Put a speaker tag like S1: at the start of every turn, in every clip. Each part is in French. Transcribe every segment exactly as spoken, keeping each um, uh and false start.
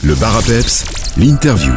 S1: Le Bar à Peps, l'interview.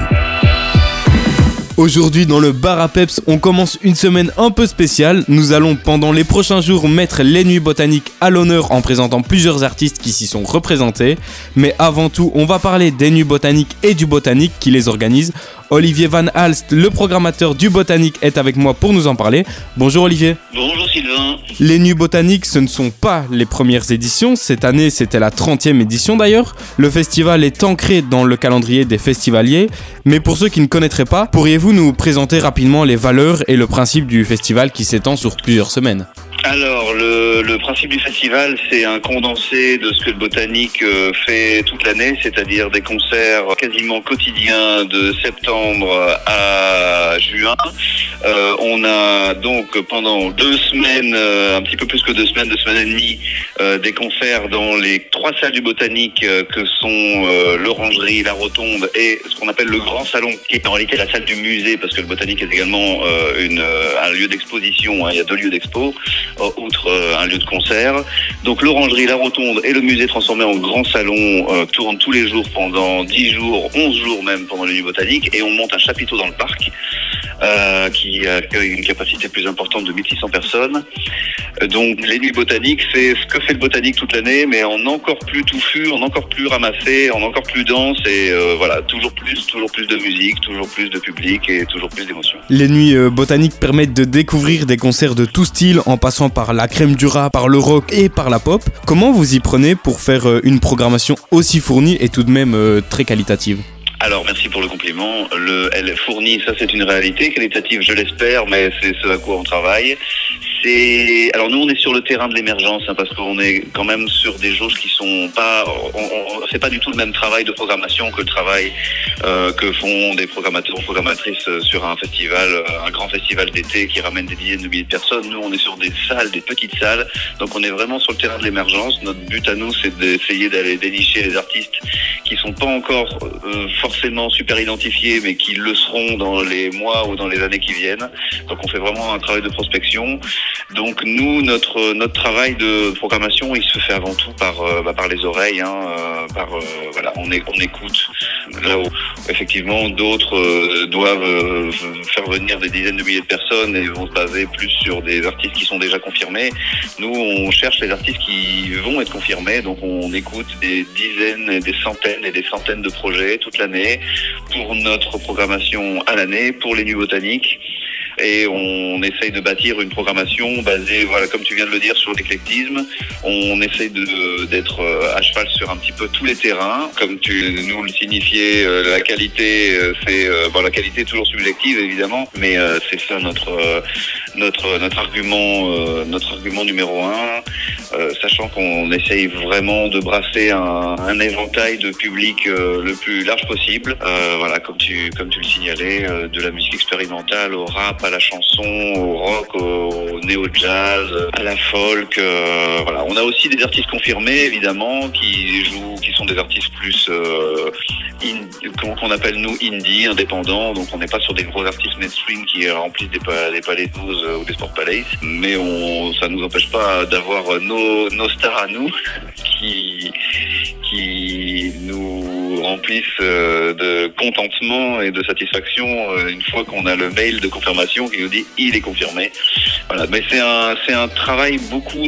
S2: Aujourd'hui dans le Bar à Peps, on commence une semaine un peu spéciale. Nous allons pendant les prochains jours mettre les Nuits Botaniques à l'honneur en présentant plusieurs artistes qui s'y sont représentés. Mais avant tout, on va parler des Nuits Botaniques et du Botanique qui les organise. Olivier Van Halst, le programmateur du Botanique, est avec moi pour nous en parler. Bonjour Olivier.
S3: Bonjour Sylvain.
S2: Les Nuits Botaniques, ce ne sont pas les premières éditions. Cette année, c'était la trentième édition d'ailleurs. Le festival est ancré dans le calendrier des festivaliers. Mais pour ceux qui ne connaîtraient pas, pourriez-vous nous présenter rapidement les valeurs et le principe du festival qui s'étend sur plusieurs semaines ?
S3: Alors, le, le principe du festival, c'est un condensé de ce que le Botanique euh, fait toute l'année, c'est-à-dire des concerts quasiment quotidiens de septembre à juin. Euh, on a donc pendant deux semaines, euh, un petit peu plus que deux semaines, deux semaines et demie, euh, des concerts dans les trois salles du Botanique euh, que sont euh, l'Orangerie, la Rotonde et ce qu'on appelle le Grand Salon, qui est en réalité la salle du musée, parce que le Botanique est également euh, une, euh, un lieu d'exposition, hein, il y a deux lieux d'expo. Outre euh, un lieu de concert. Donc l'Orangerie, la Rotonde et le musée transformé en grand salon euh, tournent tous les jours pendant dix jours, onze jours même pendant les Nuits Botaniques, et on monte un chapiteau dans le parc euh, qui accueille une capacité plus importante de mille six cents personnes. Donc les Nuits Botaniques, c'est ce que fait le Botanique toute l'année, mais en encore plus touffu, en encore plus ramassé, en encore plus dense, et euh, voilà, toujours plus, toujours plus de musique, toujours plus de public et toujours plus d'émotion.
S2: Les Nuits euh, Botaniques permettent de découvrir des concerts de tout style en passant par la crème du rap, par le rock et par la pop. Comment vous y prenez pour faire euh, une programmation aussi fournie et tout de même euh, très qualitative ?
S3: Alors, merci pour le compliment. Le, elle est fournie, ça c'est une réalité qualitative, je l'espère, mais c'est ce à quoi on travaille. C'est, alors nous on est sur le terrain de l'émergence, hein, parce qu'on est quand même sur des jauges qui sont pas, on, on, c'est pas du tout le même travail de programmation que le travail euh, que font des programmateurs ou programmatrices sur un festival, un grand festival d'été qui ramène des dizaines de milliers de personnes. Nous on est sur des salles, des petites salles, donc on est vraiment sur le terrain de l'émergence. Notre but à nous c'est d'essayer d'aller dénicher les artistes qui sont pas encore euh, forcément super identifiés, mais qui le seront dans les mois ou dans les années qui viennent. Donc on fait vraiment un travail de prospection. Donc nous, notre notre travail de programmation, il se fait avant tout par euh, bah, par les oreilles, hein, euh, par euh, voilà, on est, on écoute. Là où effectivement d'autres euh, doivent euh, faire venir des dizaines de milliers de personnes et vont se baser plus sur des artistes qui sont déjà confirmés. Nous, on cherche les artistes qui vont être confirmés, donc on écoute des dizaines, et des centaines et des centaines de projets toute l'année pour notre programmation à l'année, pour les Nuits Botaniques. Et on essaye de bâtir une programmation basée, voilà, comme tu viens de le dire, sur l'éclectisme. On essaye de, d'être à cheval sur un petit peu tous les terrains. Comme tu nous le signifiais, la qualité, c'est, bon, la qualité est toujours subjective, évidemment, mais c'est ça notre, notre, notre argument, notre argument numéro un. Sachant qu'on essaye vraiment de brasser un, un éventail de public le plus large possible. Euh, voilà, comme tu, comme tu le signalais, de la musique expérimentale au rap, à la chanson, au rock, au néo-jazz, à la folk. Euh, voilà. On a aussi des artistes confirmés, évidemment, qui jouent, qui sont des artistes plus euh, in, qu'on appelle nous indie, indépendants. Donc on n'est pas sur des gros artistes mainstream qui remplissent des, des palais douze ou des sport palace, mais on, ça nous empêche pas d'avoir nos, nos stars à nous qui qui nous remplissent de contentement et de satisfaction une fois qu'on a le mail de confirmation qui nous dit il est confirmé. Voilà, mais c'est un c'est un travail beaucoup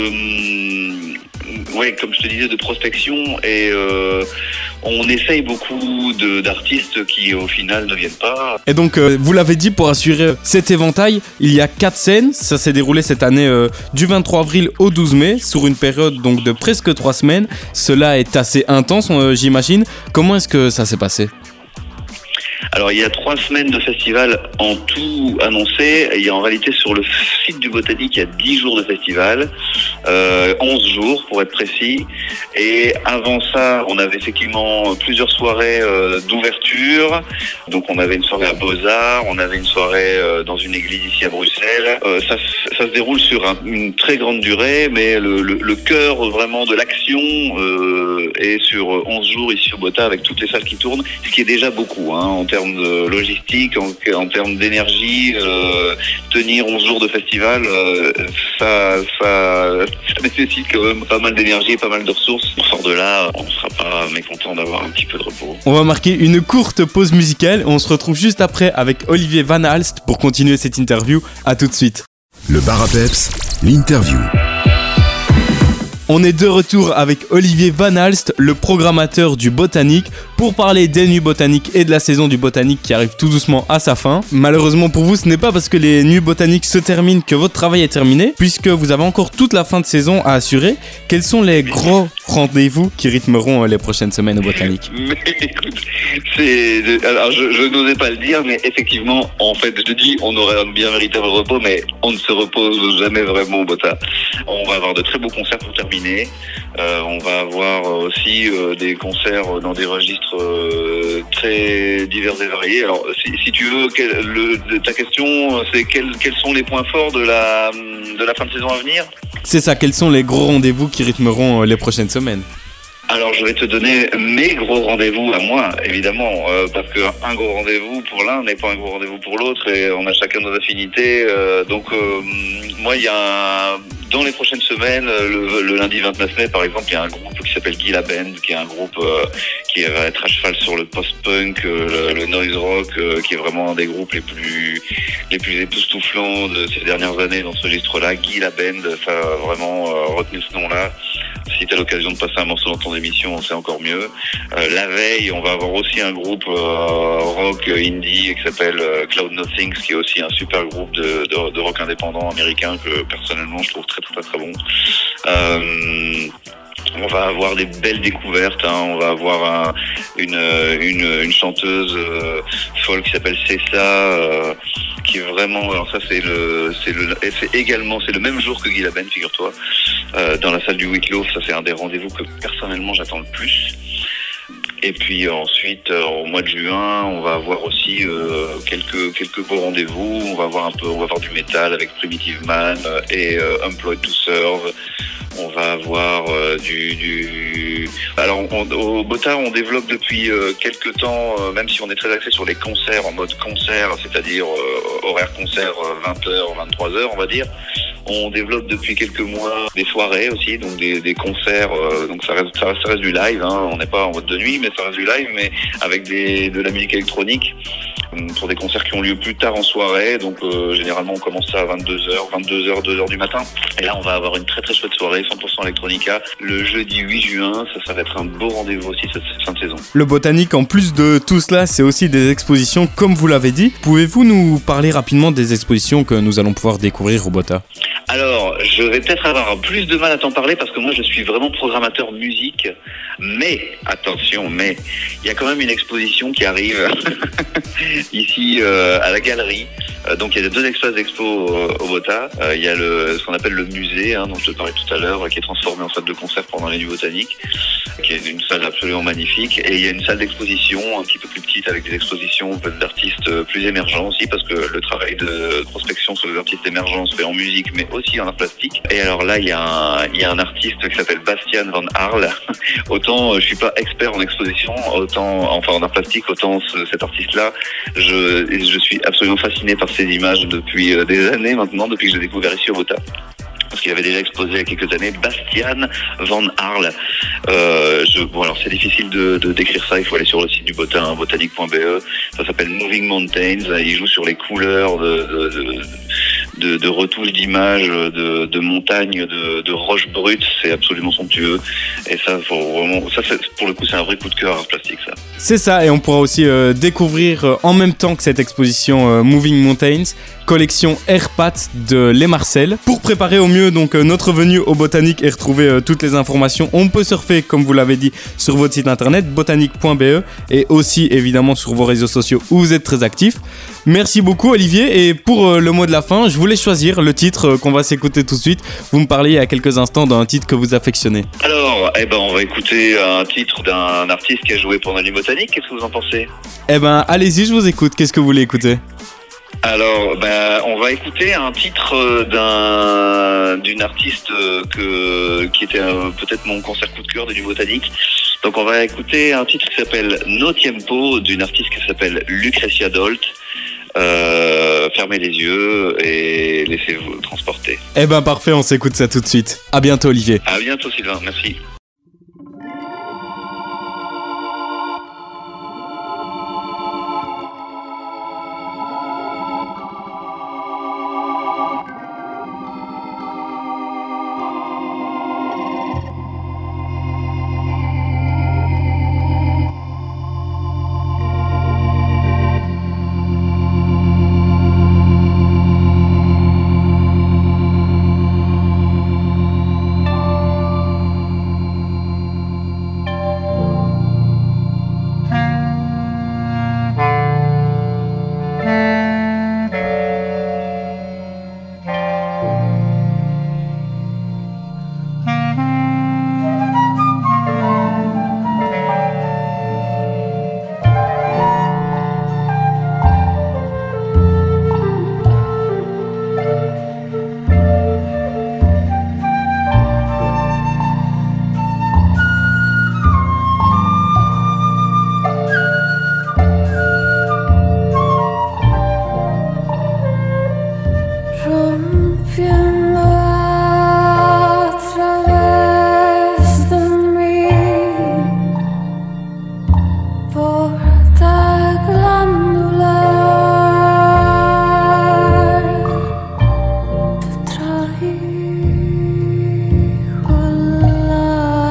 S3: de ouais, comme je te disais, de prospection, et euh, on essaye beaucoup de, d'artistes qui au final ne viennent pas.
S2: Et donc euh, vous l'avez dit, pour assurer cet éventail, il y a quatre scènes. Ça s'est déroulé cette année euh, du vingt-trois avril au douze mai sur une période donc de presque trois semaines. Cela est assez intense, euh, j'imagine. Comment est-ce que ça s'est passé ?
S3: Alors il y a trois semaines de festival en tout annoncé. Il y a en réalité sur le site du Botanique, il y a dix jours de festival, euh, onze jours pour être précis. Et avant ça, on avait effectivement plusieurs soirées euh, d'ouverture. Donc on avait une soirée à Beaux-Arts, on avait une soirée euh, dans une église ici à Bruxelles. Euh, ça, ça se déroule sur un, une très grande durée, mais le, le, le cœur vraiment de l'action euh, est sur onze jours ici au Bota avec toutes les salles qui tournent, ce qui est déjà beaucoup, hein, en termes de logistique, en, en termes d'énergie. Euh, tenir onze jours de festival, euh, ça, ça, ça nécessite quand même pas mal d'énergie et pas mal de ressources. On sort de là, on sera pas mécontent d'avoir un petit peu de repos.
S2: On va marquer une courte pause musicale. On se retrouve juste après avec Olivier Van Halst pour continuer cette interview. À tout de suite.
S1: Le Bar à Peps, l'interview.
S2: On est de retour avec Olivier Van Halst, le programmateur du Botanique, pour parler des Nuits Botaniques et de la saison du Botanique qui arrive tout doucement à sa fin. Malheureusement pour vous, ce n'est pas parce que les Nuits Botaniques se terminent que votre travail est terminé, puisque vous avez encore toute la fin de saison à assurer. Quels sont les gros rendez-vous qui rythmeront les prochaines semaines au Botanique ?
S3: Mais écoute, c'est... Alors je, je n'osais pas le dire, mais effectivement, en fait, je te dis, on aurait un bien véritable repos, mais on ne se repose jamais vraiment au Bota. On va avoir de très beaux concerts pour terminer. Euh, on va avoir aussi euh, des concerts dans des registres euh, très divers et variés. Alors, si, si tu veux, quel, le, ta question, c'est quel, quels sont les points forts de la, de la fin de saison à venir ?
S2: C'est ça, quels sont les gros rendez-vous qui rythmeront les prochaines semaines ?
S3: Alors je vais te donner mes gros rendez-vous à moi, évidemment, euh, parce qu'un gros rendez-vous pour l'un n'est pas un gros rendez-vous pour l'autre et on a chacun nos affinités. Euh, donc euh, moi, il y a un... dans les prochaines semaines, le, le lundi vingt-neuf mai par exemple, il y a un groupe qui s'appelle Gila Band, qui est un groupe euh, qui va être à cheval sur le post-punk, euh, le, le noise rock, euh, qui est vraiment un des groupes les plus les plus époustouflants de ces dernières années dans ce registre-là. Gila Band, ça a vraiment euh, retenu ce nom-là. Si tu as l'occasion de passer un morceau dans ton émission, c'est encore mieux. Euh, la veille, on va avoir aussi un groupe euh, rock indie qui s'appelle euh, Cloud Nothings, qui est aussi un super groupe de, de, de rock indépendant américain que personnellement je trouve très très très, très bon. Euh, On va avoir des belles découvertes, hein. On va avoir un, une, une, une chanteuse euh, folk qui s'appelle Cessa, euh, qui est vraiment, alors ça c'est le, c'est le, c'est également, c'est le même jour que Guy Laben, figure-toi, euh, dans la salle du Wicklow. Ça c'est un des rendez-vous que personnellement j'attends le plus. Et puis ensuite, euh, au mois de juin, on va avoir aussi euh, quelques quelques beaux rendez-vous. On va avoir un peu, on va avoir du métal avec Primitive Man euh, et euh, Employed to Serve. On va avoir euh, du, du... Alors on, au Botard, on développe depuis euh, quelques temps, euh, même si on est très axé sur les concerts en mode concert, c'est-à-dire euh, horaire concert euh, vingt heures, vingt-trois heures, on va dire. On développe depuis quelques mois des soirées aussi, donc des, des concerts. Euh, donc ça reste, ça reste, ça reste du live. Hein. On n'est pas en mode de nuit, mais ça reste du live, mais avec des, de la musique électronique pour des concerts qui ont lieu plus tard en soirée. Donc euh, généralement on commence ça à vingt-deux heures, vingt-deux heures, deux heures du matin. Et là on va avoir une très très chouette soirée cent pour cent Electronica le jeudi huit juin. Ça, ça va être un beau rendez-vous aussi cette fin de saison.
S2: Le Botanique, en plus de tout cela, c'est aussi des expositions comme vous l'avez dit. Pouvez-vous nous parler rapidement des expositions que nous allons pouvoir découvrir au Bota ?
S3: Alors, je vais peut-être avoir plus de mal à t'en parler parce que moi je suis vraiment programmateur musique. Mais, attention, mais, il y a quand même une exposition qui arrive ici euh, à la galerie. Euh, donc il y a deux espaces d'expo euh, au Bota. Euh, il y a le, ce qu'on appelle le musée, hein, dont je te parlais tout à l'heure, qui est transformé en salle de concert pendant les Nuits Botaniques, qui est une salle absolument magnifique. Et il y a une salle d'exposition un petit peu plus petite avec des expositions d'artistes plus émergents aussi, parce que le travail de prospection sur les artistes émergents se fait en musique, mais aussi en art plastique. Et alors là, il y a un, il y a un artiste qui s'appelle Bastian van Arl. Autant je suis pas expert en exposition, autant, enfin en art plastique, autant ce, cet artiste-là, je, je suis absolument fasciné par ces images depuis des années maintenant, depuis que je l'ai découvert ici au Bota. Parce qu'il avait déjà exposé il y a quelques années, Bastian van Arl. Euh, je, bon alors c'est difficile de, de décrire ça, il faut aller sur le site du Bota, hein, botanique point b e. Ça s'appelle Moving Mountains. Il joue sur les couleurs de, de, de, de, de retouches d'images, de, de montagnes, de, de roches brutes. C'est absolument somptueux. Et ça, faut vraiment, ça c'est, pour le coup, c'est un vrai coup de cœur art plastique, ça.
S2: C'est ça, et on pourra aussi euh, découvrir euh, en même temps que cette exposition euh, Moving Mountains, collection Airpat de Les Marcel. Pour préparer au mieux donc euh, notre venue au Botanique et retrouver euh, toutes les informations, on peut surfer, comme vous l'avez dit, sur votre site internet botanique point b e et aussi évidemment sur vos réseaux sociaux où vous êtes très actifs. Merci beaucoup Olivier, et pour euh, le mot de la fin, je voulais choisir le titre euh, qu'on va s'écouter tout de suite. Vous me parliez il y a quelques instants d'un titre que vous affectionnez.
S3: Alors, eh ben, on va écouter un titre d'un artiste qui a joué pendant les Botaniques. Qu'est-ce que vous en pensez ?
S2: Eh ben, allez-y, je vous écoute. Qu'est-ce que vous voulez écouter ?
S3: Alors, ben, on va écouter un titre d'un, d'une artiste que, qui était euh, peut-être mon concert coup de cœur de Nuits Botaniques. Donc, on va écouter un titre qui s'appelle No Tiempo, d'une artiste qui s'appelle Lucrecia Dolt. Euh, fermez les yeux et laissez-vous transporter.
S2: Eh ben parfait, on s'écoute ça tout de suite. À bientôt Olivier.
S3: À bientôt Sylvain, merci.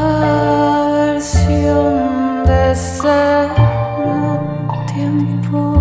S4: Tiempo